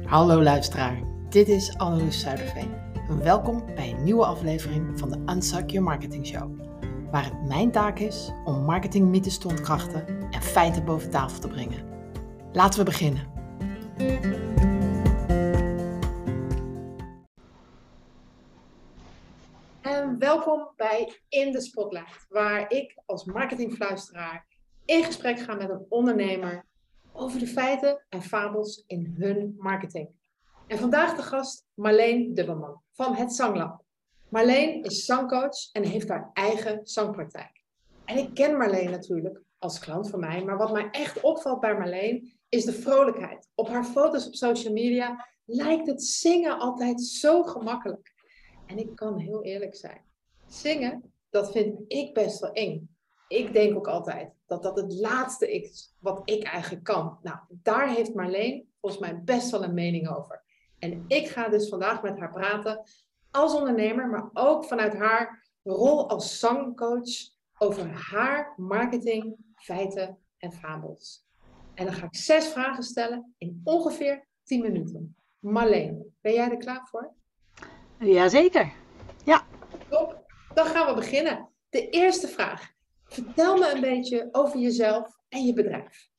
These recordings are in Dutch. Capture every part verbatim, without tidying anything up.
Hallo luisteraar, dit is Anneloes Zuiderveen. Welkom bij een nieuwe aflevering van de Unsuck Your Marketing Show. Waar het mijn taak is om marketingmythes te ontkrachten en feiten boven tafel te brengen. Laten we beginnen. En welkom bij In de Spotlight, waar ik als marketingfluisteraar in gesprek ga met een ondernemer over de feiten en fabels in hun marketing. En vandaag de gast Marleen Dubbelman van Het Zanglab. Marleen is zangcoach en heeft haar eigen zangpraktijk. En ik ken Marleen natuurlijk als klant van mij, maar wat mij echt opvalt bij Marleen is de vrolijkheid. Op haar foto's op social media lijkt het zingen altijd zo gemakkelijk. En ik kan heel eerlijk zijn. Zingen, dat vind ik best wel eng. Ik denk ook altijd dat dat het laatste is wat ik eigenlijk kan. Nou, daar heeft Marleen volgens mij best wel een mening over. En ik ga dus vandaag met haar praten als ondernemer, maar ook vanuit haar rol als zangcoach over haar marketing, feiten en fabels. En dan ga ik zes vragen stellen in ongeveer tien minuten. Marleen, ben jij er klaar voor? Jazeker, ja. Top, dan gaan we beginnen. De eerste vraag. Vertel me een beetje over jezelf en je bedrijf.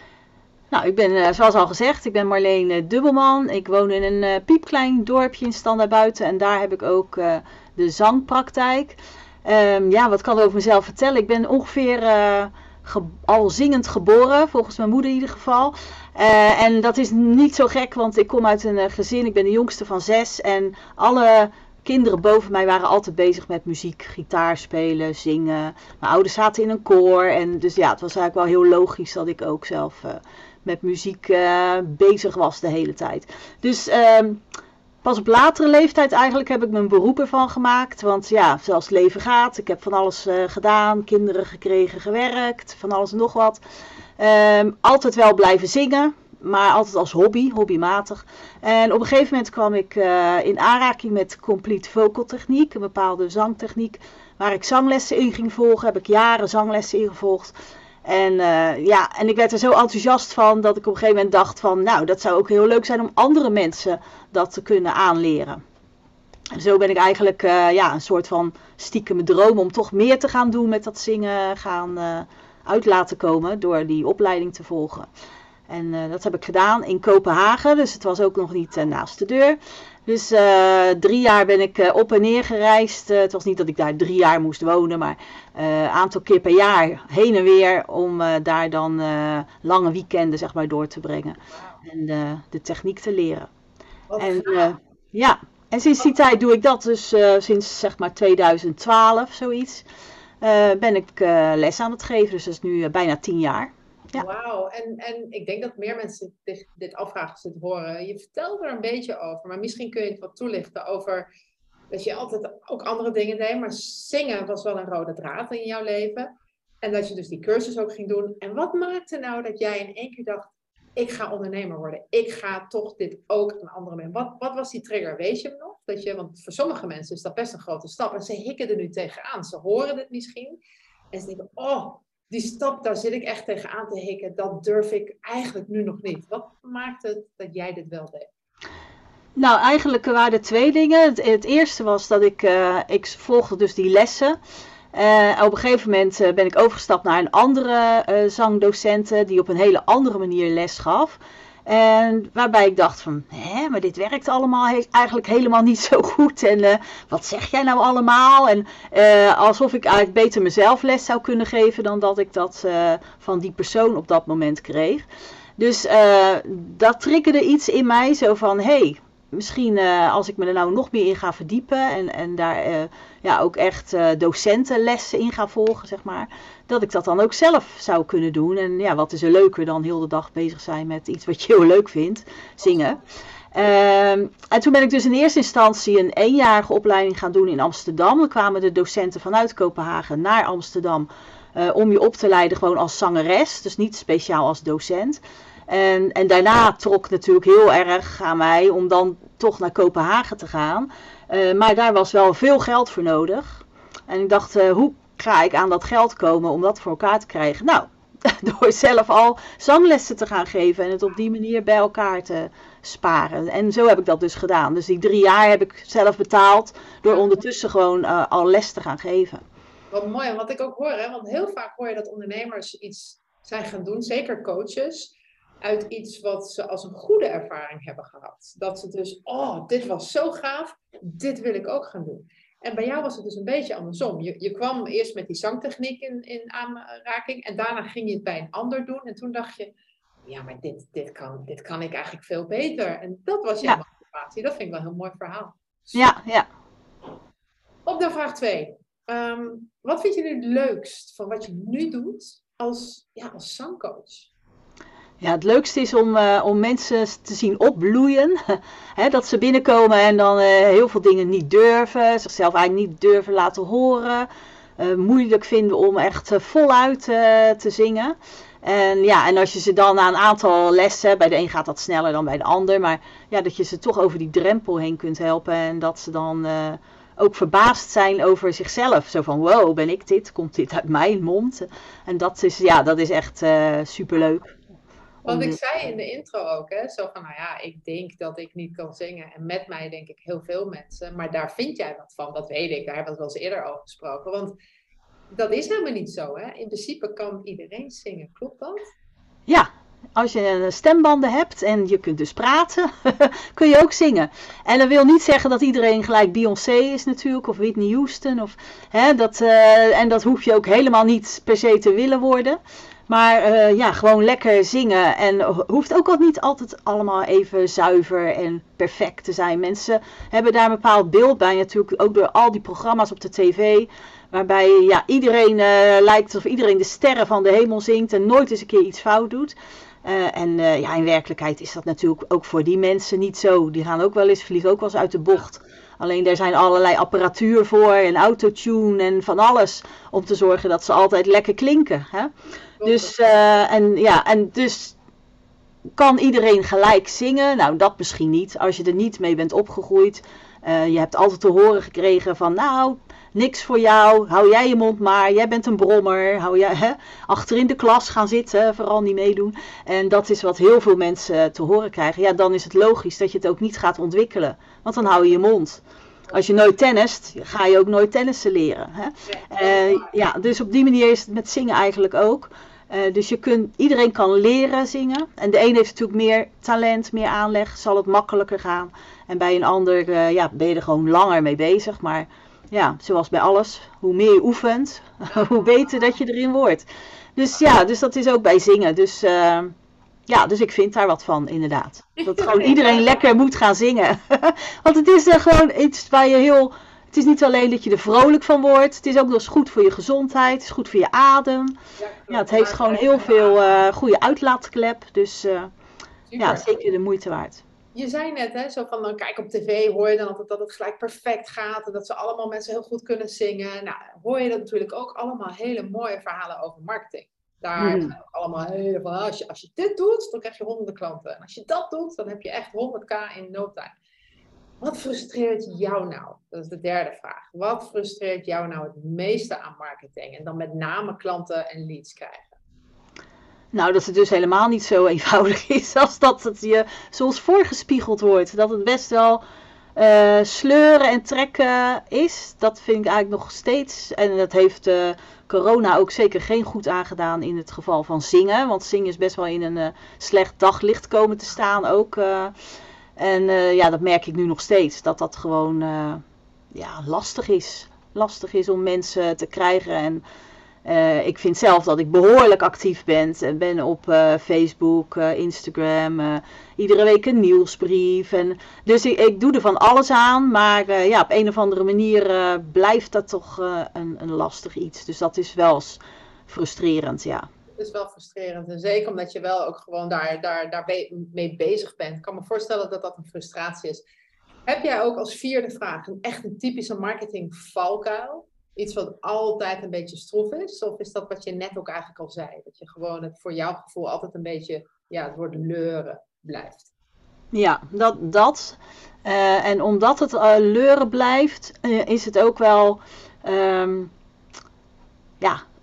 Nou, ik ben, zoals al gezegd, ik ben Marleen Dubbelman. Ik woon in een uh, piepklein dorpje in Stand Buiten en daar heb ik ook uh, de zangpraktijk. Um, ja, wat kan ik over mezelf vertellen? Ik ben ongeveer uh, ge- al zingend geboren, volgens mijn moeder in ieder geval. Uh, en dat is niet zo gek, want ik kom uit een uh, gezin, ik ben de jongste van zes en alle kinderen boven mij waren altijd bezig met muziek, gitaar spelen, zingen. Mijn ouders zaten in een koor en dus ja, het was eigenlijk wel heel logisch dat ik ook zelf uh, met muziek uh, bezig was de hele tijd. Dus uh, pas op latere leeftijd eigenlijk heb ik mijn beroep ervan gemaakt, want ja, zoals het leven gaat, ik heb van alles uh, gedaan, kinderen gekregen, gewerkt, van alles en nog wat. Uh, altijd wel blijven zingen. Maar altijd als hobby, hobbymatig. En op een gegeven moment kwam ik uh, in aanraking met complete vocal techniek. Een bepaalde zangtechniek. Waar ik zanglessen in ging volgen. Heb ik jaren zanglessen ingevolgd. En, uh, ja, en ik werd er zo enthousiast van dat ik op een gegeven moment dacht van... Nou, dat zou ook heel leuk zijn om andere mensen dat te kunnen aanleren. En zo ben ik eigenlijk uh, ja, een soort van stiekem droom om toch meer te gaan doen met dat zingen gaan uh, uit laten komen. Door die opleiding te volgen. En uh, dat heb ik gedaan in Kopenhagen, dus het was ook nog niet uh, naast de deur. Dus uh, drie jaar ben ik uh, op en neer gereisd. Uh, het was niet dat ik daar drie jaar moest wonen, maar een uh, aantal keer per jaar heen en weer om uh, daar dan uh, lange weekenden zeg maar, door te brengen. Wow. En uh, de techniek te leren. En, uh, ja. en sinds die tijd doe ik dat dus uh, sinds zeg maar tweeduizend twaalf zoiets. Uh, ben ik uh, les aan het geven, dus dat is nu uh, bijna tien jaar. Ja. Wauw, en, en ik denk dat meer mensen dit, dit afvragen als ze het horen. Je vertelt er een beetje over, maar misschien kun je het wat toelichten over dat je altijd ook andere dingen deed, maar zingen was wel een rode draad in jouw leven. En dat je dus die cursus ook ging doen. En wat maakte nou dat jij in één keer dacht, ik ga ondernemer worden. Ik ga toch dit ook aan anderen doen. Wat, wat was die trigger? Weet je hem nog? Dat je, want voor sommige mensen is dat best een grote stap. En ze hikken er nu tegenaan. Ze horen het misschien. En ze denken, oh... Die stap, daar zit ik echt tegenaan te hikken. Dat durf ik eigenlijk nu nog niet. Wat maakt het dat jij dit wel deed? Nou, eigenlijk waren er twee dingen. Het, het eerste was dat ik, uh, ik volgde dus die lessen. Uh, op een gegeven moment uh, ben ik overgestapt naar een andere uh, zangdocente die op een hele andere manier les gaf. En waarbij ik dacht van, hè, maar dit werkt allemaal he- eigenlijk helemaal niet zo goed. En uh, wat zeg jij nou allemaal? En uh, alsof ik eigenlijk beter mezelf les zou kunnen geven dan dat ik dat uh, van die persoon op dat moment kreeg. Dus uh, dat triggerde iets in mij zo van, hé, hey, misschien uh, als ik me er nou nog meer in ga verdiepen en, en daar uh, ja, ook echt uh, docentenlessen in ga volgen, zeg maar, dat ik dat dan ook zelf zou kunnen doen. En ja, wat is er leuker dan heel de dag bezig zijn met iets wat je heel leuk vindt, zingen. Uh, en toen ben ik dus in eerste instantie een eenjarige opleiding gaan doen in Amsterdam. Dan kwamen de docenten vanuit Kopenhagen naar Amsterdam uh, om je op te leiden gewoon als zangeres, dus niet speciaal als docent. En, en daarna trok natuurlijk heel erg aan mij om dan toch naar Kopenhagen te gaan. Uh, maar daar was wel veel geld voor nodig. En ik dacht, uh, hoe ga ik aan dat geld komen om dat voor elkaar te krijgen? Nou, door zelf al zanglessen te gaan geven en het op die manier bij elkaar te sparen. En zo heb ik dat dus gedaan. Dus die drie jaar heb ik zelf betaald door ondertussen gewoon uh, al les te gaan geven. Wat mooi, en wat ik ook hoor, hè, want heel vaak hoor je dat ondernemers iets zijn gaan doen, zeker coaches, uit iets wat ze als een goede ervaring hebben gehad. Dat ze dus, oh, dit was zo gaaf, dit wil ik ook gaan doen. En bij jou was het dus een beetje andersom. Je, je kwam eerst met die zangtechniek in, in aanraking en daarna ging je het bij een ander doen. En toen dacht je, ja, maar dit, dit, kan, dit kan ik eigenlijk veel beter. En dat was jouw ja. motivatie. Dat vind ik wel een heel mooi verhaal. Zo. Ja, ja. Op naar vraag twee. Um, wat vind je nu het leukst van wat je nu doet als, ja, als zangcoach? Ja, het leukste is om, uh, om mensen te zien opbloeien. He, dat ze binnenkomen en dan uh, heel veel dingen niet durven. Zichzelf eigenlijk niet durven laten horen. Uh, moeilijk vinden om echt uh, voluit uh, te zingen. En ja, en als je ze dan na een aantal lessen, bij de een gaat dat sneller dan bij de ander. Maar ja, dat je ze toch over die drempel heen kunt helpen. En dat ze dan uh, ook verbaasd zijn over zichzelf. Zo van, wow, ben ik dit? Komt dit uit mijn mond? En dat is, ja, dat is echt uh, superleuk. Want ik zei in de intro ook, hè, zo van, nou ja, ik denk dat ik niet kan zingen. En met mij denk ik heel veel mensen. Maar daar vind jij wat van, dat weet ik. Daar hebben we het wel eens eerder over gesproken. Want dat is helemaal niet zo, hè. In principe kan iedereen zingen, klopt dat? Ja, als je stembanden hebt en je kunt dus praten, kun je ook zingen. En dat wil niet zeggen dat iedereen gelijk Beyoncé is natuurlijk, of Whitney Houston. Of, hè, dat, uh, en dat hoef je ook helemaal niet per se te willen worden. Maar uh, ja, gewoon lekker zingen. En hoeft ook al niet altijd allemaal even zuiver en perfect te zijn. Mensen hebben daar een bepaald beeld bij natuurlijk. Ook door al die programma's op de tv. Waarbij ja, iedereen uh, lijkt alsof iedereen de sterren van de hemel zingt. En nooit eens een keer iets fout doet. Uh, en uh, ja, in werkelijkheid is dat natuurlijk ook voor die mensen niet zo. Die gaan ook wel eens, vliegen ook wel eens uit de bocht. Alleen daar zijn allerlei apparatuur voor en autotune en van alles. Om te zorgen dat ze altijd lekker klinken. Hè? Dus, uh, en, ja, en dus kan iedereen gelijk zingen? Nou, dat misschien niet. Als je er niet mee bent opgegroeid. Uh, je hebt altijd te horen gekregen van, nou, niks voor jou. Hou jij je mond maar. Jij bent een brommer. Hou jij, hè? Achter in de klas gaan zitten. Vooral niet meedoen. En dat is wat heel veel mensen te horen krijgen. Ja, dan is het logisch dat je het ook niet gaat ontwikkelen. Want dan hou je je mond. Als je nooit tennist, ga je ook nooit tennissen leren. Hè? Uh, ja, dus op die manier is het met zingen eigenlijk ook. Uh, dus je kunt, iedereen kan leren zingen. En de een heeft natuurlijk meer talent, meer aanleg, zal het makkelijker gaan. En bij een ander uh, ja, ben je er gewoon langer mee bezig. Maar ja, zoals bij alles, hoe meer je oefent, hoe beter dat je erin wordt. Dus ja, dus dat is ook bij zingen. Dus uh, ja, dus ik vind daar wat van, inderdaad. Dat gewoon iedereen lekker moet gaan zingen. Want het is uh, gewoon iets waar je heel... Het is niet alleen dat je er vrolijk van wordt. Het is ook nog eens goed voor je gezondheid. Het is goed voor je adem. Ja, het heeft gewoon heel veel uh, goede uitlaatklep. Dus uh, ja, zeker de moeite waard. Je zei net, hè, zo van dan kijk op tv hoor je dan altijd dat het gelijk perfect gaat. En dat ze allemaal mensen heel goed kunnen zingen. Nou, hoor je dat natuurlijk ook allemaal hele mooie verhalen over marketing. Daar hmm. zijn ook allemaal hele van, als je, als je dit doet, dan krijg je honderden klanten. En als je dat doet, dan heb je echt honderd k in no time. Wat frustreert jou nou? Dat is de derde vraag. Wat frustreert jou nou het meeste aan marketing? En dan met name klanten en leads krijgen. Nou, dat het dus helemaal niet zo eenvoudig is als dat het je soms voorgespiegeld wordt. Dat het best wel uh, sleuren en trekken is. Dat vind ik eigenlijk nog steeds. En dat heeft uh, corona ook zeker geen goed aangedaan in het geval van zingen. Want zingen is best wel in een uh, slecht daglicht komen te staan ook. Uh, En uh, ja, dat merk ik nu nog steeds. Dat dat gewoon uh, ja, lastig is. Lastig is om mensen te krijgen. En uh, ik vind zelf dat ik behoorlijk actief ben. En ben op uh, Facebook, uh, Instagram. Uh, iedere week een nieuwsbrief. En dus ik, ik doe er van alles aan. Maar uh, ja, op een of andere manier uh, blijft dat toch uh, een, een lastig iets. Dus dat is wel frustrerend, ja. Het is wel frustrerend. En zeker omdat je wel ook gewoon daar, daar, daar mee bezig bent. Ik kan me voorstellen dat dat een frustratie is. Heb jij ook als vierde vraag een echt een typische marketing valkuil? Iets wat altijd een beetje stroef is? Of is dat wat je net ook eigenlijk al zei? Dat je gewoon het voor jouw gevoel altijd een beetje, ja, het woord leuren blijft. Ja, dat. dat. Uh, en omdat het uh, leuren blijft, uh, is het ook wel... Um, ja...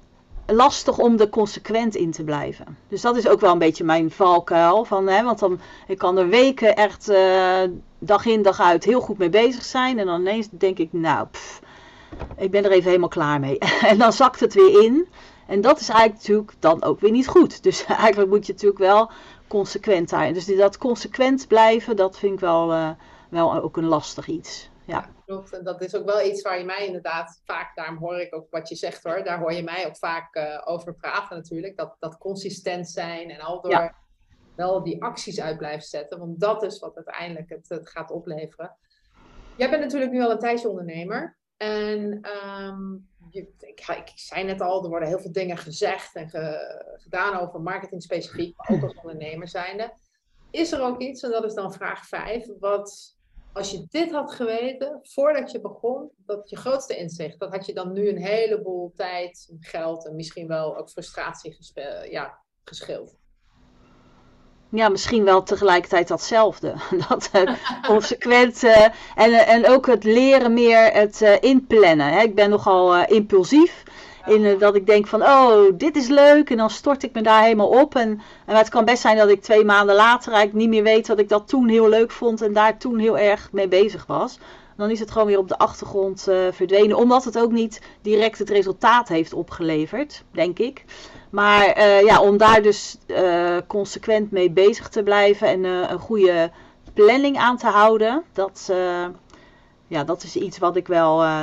lastig om er consequent in te blijven. Dus dat is ook wel een beetje mijn valkuil. Van, hè, want dan ik kan er weken echt uh, dag in dag uit heel goed mee bezig zijn. En dan ineens denk ik, nou, pff, ik ben er even helemaal klaar mee. En dan zakt het weer in. En dat is eigenlijk natuurlijk dan ook weer niet goed. Dus eigenlijk moet je natuurlijk wel consequent daarin. Dus dat consequent blijven, dat vind ik wel, uh, wel ook een lastig iets. Ja. Ja, klopt. En dat is ook wel iets waar je mij inderdaad vaak, daarom hoor ik ook wat je zegt hoor, daar hoor je mij ook vaak uh, over praten natuurlijk. Dat, dat consistent zijn en al door ja. wel die acties uit blijven zetten. Want dat is wat uiteindelijk het, het gaat opleveren. Jij bent natuurlijk nu al een tijdje ondernemer. En um, je, ik, ik zei net al, er worden heel veel dingen gezegd en ge, gedaan over marketing specifiek, maar ook als ondernemer zijnde. Is er ook iets, en dat is dan vraag vijf, wat als je dit had geweten voordat je begon, dat je grootste inzicht, dat had je dan nu een heleboel tijd, geld en misschien wel ook frustratie gespe- ja, gescheeld. Ja, misschien wel tegelijkertijd datzelfde. Dat uh, consequent uh, en, uh, en ook het leren meer het uh, inplannen. Hè. Ik ben nogal uh, impulsief. In, uh, dat ik denk van, oh, dit is leuk. En dan stort ik me daar helemaal op. En, en het kan best zijn dat ik twee maanden later eigenlijk niet meer weet dat ik dat toen heel leuk vond. En daar toen heel erg mee bezig was. Dan is het gewoon weer op de achtergrond uh, verdwenen. Omdat het ook niet direct het resultaat heeft opgeleverd, denk ik. Maar uh, ja, om daar dus uh, consequent mee bezig te blijven en uh, een goede planning aan te houden, dat, uh, ja, dat is iets wat ik wel uh,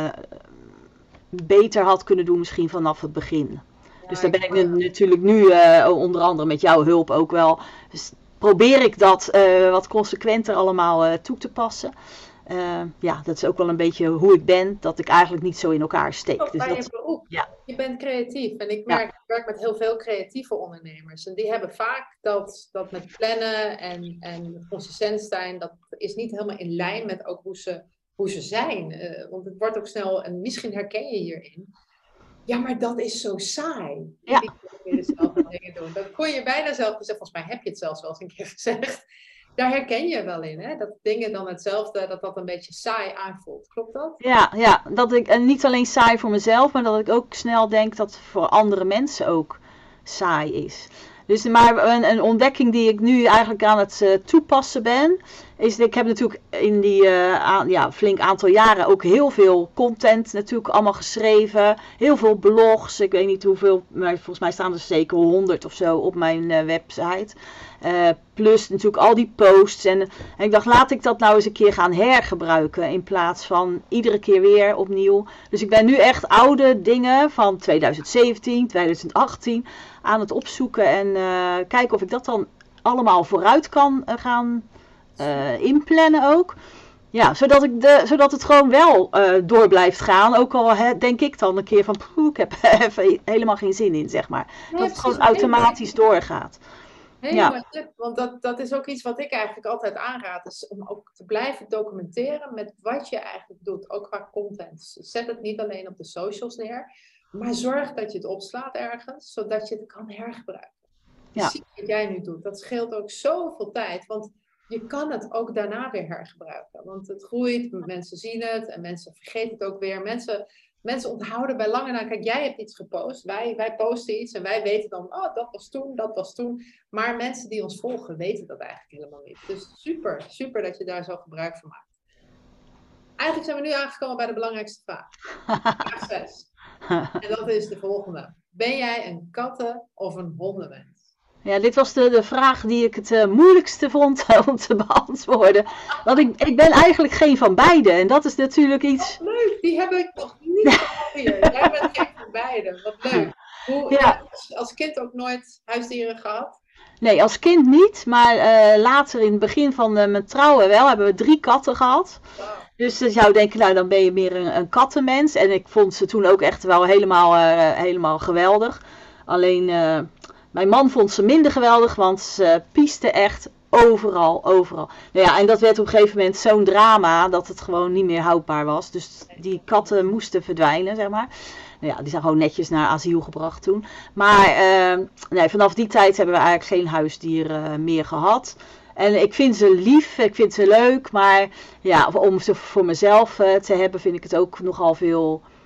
beter had kunnen doen misschien vanaf het begin. Ja, dus daar ben ik nu, natuurlijk nu uh, onder andere met jouw hulp ook wel, dus probeer ik dat uh, wat consequenter allemaal uh, toe te passen. Uh, ja, dat is ook wel een beetje hoe ik ben, dat ik eigenlijk niet zo in elkaar steek. Oh, dus bij dat, je beroep. Ja. Je bent creatief en ik merk, ja. ik werk met heel veel creatieve ondernemers en die hebben vaak dat, dat met plannen en, en consistent zijn, dat is niet helemaal in lijn met ook hoe ze, hoe ze zijn. Uh, want het wordt ook snel, en misschien herken je hierin, ja, maar dat is zo saai. Ja. Ik wil dezelfde dingen doen. Dat kon je bijna zelf gezegd, volgens mij heb je het zelfs wel eens een keer gezegd. Daar herken je wel in, hè? Dat dingen dan hetzelfde, dat dat een beetje saai aanvoelt. Klopt dat? Ja, ja, dat ik en niet alleen saai voor mezelf, maar dat ik ook snel denk dat het voor andere mensen ook saai is. Dus maar een, een ontdekking die ik nu eigenlijk aan het uh, toepassen ben, is dat ik heb natuurlijk in die uh, aan, ja, flink aantal jaren ook heel veel content natuurlijk allemaal geschreven. Heel veel blogs, ik weet niet hoeveel, maar volgens mij staan er zeker honderd of zo op mijn uh, website. Uh, plus natuurlijk al die posts. En, en ik dacht, laat ik dat nou eens een keer gaan hergebruiken. In plaats van iedere keer weer opnieuw. Dus ik ben nu echt oude dingen van twintig zeventien, twintig achttien aan het opzoeken. En uh, kijken of ik dat dan allemaal vooruit kan uh, gaan uh, inplannen ook. Ja, zodat, ik de, zodat het gewoon wel uh, door blijft gaan. Ook al he, denk ik dan een keer van, poeh, ik heb even helemaal geen zin in, zeg maar. Ja, dat het gewoon automatisch doorgaat. Helemaal ja. Stuk, want dat, dat is ook iets wat ik eigenlijk altijd aanraad. Is om ook te blijven documenteren met wat je eigenlijk doet. Ook qua content. Zet het niet alleen op de socials neer. Maar zorg dat je het opslaat ergens. Zodat je het kan hergebruiken. Ja. Zie wat jij nu doet. Dat scheelt ook zoveel tijd. Want je kan het ook daarna weer hergebruiken. Want het groeit. Mensen zien het. En mensen vergeten het ook weer. Mensen... Mensen onthouden bij lange na, kijk, jij hebt iets gepost, wij, wij posten iets en wij weten dan, oh, dat was toen, dat was toen. Maar mensen die ons volgen weten dat eigenlijk helemaal niet. Dus super, super dat je daar zo gebruik van maakt. Eigenlijk zijn we nu aangekomen bij de belangrijkste vraag. Vraag zes. En dat is de volgende. Ben jij een katten- of een hondenmens? Ja, dit was de, de vraag die ik het uh, moeilijkste vond om te beantwoorden. Want ik, ik ben eigenlijk geen van beide. En dat is natuurlijk iets... Oh, leuk, die heb ik nog niet van je. Jij bent geen van beide. Wat leuk. Hoe, ja. Jij hebt als kind ook nooit huisdieren gehad? Nee, als kind niet. Maar uh, later in het begin van uh, mijn trouwen wel hebben we drie katten gehad. Wow. Dus je zou denken, nou dan ben je meer een, een kattenmens. En ik vond ze toen ook echt wel helemaal, uh, helemaal geweldig. Alleen... Uh, Mijn man vond ze minder geweldig, want ze piesten echt overal, overal. Nou ja, en dat werd op een gegeven moment zo'n drama dat het gewoon niet meer houdbaar was. Dus die katten moesten verdwijnen, zeg maar. Nou ja, die zijn gewoon netjes naar asiel gebracht toen. Maar uh, nee, vanaf die tijd hebben we eigenlijk geen huisdieren meer gehad. En ik vind ze lief, ik vind ze leuk, maar ja, om ze voor mezelf uh, te hebben vind ik het ook nogal veel...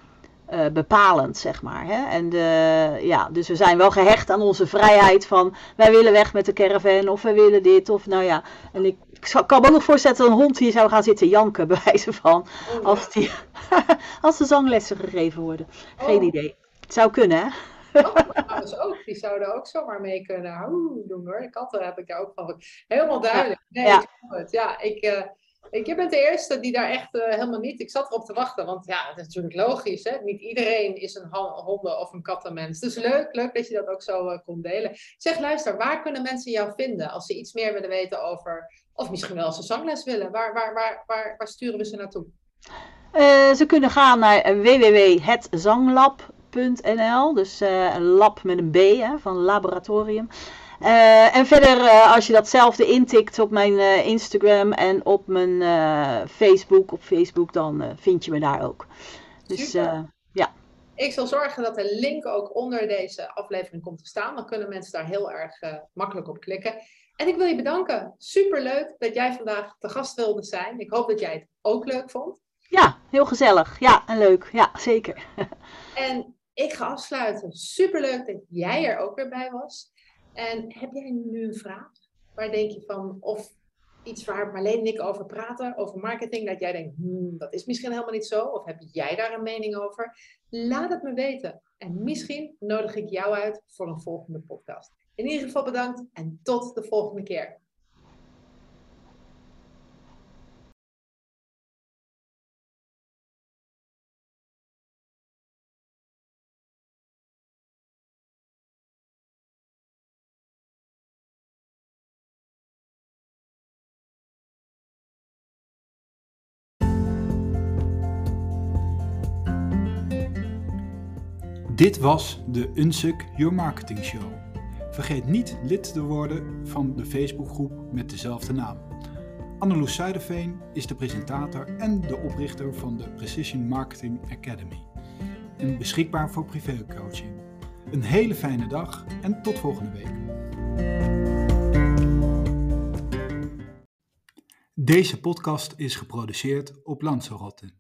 uh, bepalend, zeg maar. Hè? En de, ja, dus we zijn wel gehecht aan onze vrijheid van wij willen weg met de caravan of wij willen dit of nou ja. En ik, ik kan me ook nog voorstellen dat een hond hier zou gaan zitten janken, bij wijze van, Oh, als, die, als de zanglessen gegeven worden. Geen Oh. idee. Het zou kunnen, hè? Oh, trouwens ook. Die zouden ook zomaar mee kunnen Oeh, doen hoor. De katten heb ik daar ook van. Helemaal duidelijk. Nee, Ja. ik snap het. Ja, ik, uh, ik je bent de eerste die daar echt uh, helemaal niet... Ik zat erop te wachten, want ja, het is natuurlijk logisch. Hè? Niet iedereen is een honden- of een kattenmens. Dus leuk, leuk dat je dat ook zo uh, kon delen. Zeg, luister, waar kunnen mensen jou vinden als ze iets meer willen weten over... Of misschien wel als ze zangles willen. Waar, waar, waar, waar, waar sturen we ze naartoe? Uh, ze kunnen gaan naar w w w punt het zanglab punt n l, dus uh, een lab met een B, hè, van laboratorium. Uh, en verder, uh, als je datzelfde intikt op mijn uh, Instagram en op mijn uh, Facebook, op Facebook, dan uh, vind je me daar ook. Dus uh, ja. Ik zal zorgen dat de link ook onder deze aflevering komt te staan. Dan kunnen mensen daar heel erg uh, makkelijk op klikken. En ik wil je bedanken. Superleuk dat jij vandaag te gast wilde zijn. Ik hoop dat jij het ook leuk vond. Ja, heel gezellig. Ja, en leuk. Ja, zeker. En ik ga afsluiten. Superleuk dat jij er ook weer bij was. En heb jij nu een vraag? Waar denk je van, of iets waar Marleen en ik over praten, over marketing, dat jij denkt, hmm, dat is misschien helemaal niet zo. Of heb jij daar een mening over? Laat het me weten. En misschien nodig ik jou uit voor een volgende podcast. In ieder geval bedankt en tot de volgende keer. Dit was de Unsuk Your Marketing Show. Vergeet niet lid te worden van de Facebookgroep met dezelfde naam. Anneloes Zuiderveen is de presentator en de oprichter van de Precision Marketing Academy. En beschikbaar voor privécoaching. Een hele fijne dag en tot volgende week. Deze podcast is geproduceerd op Lanzarote.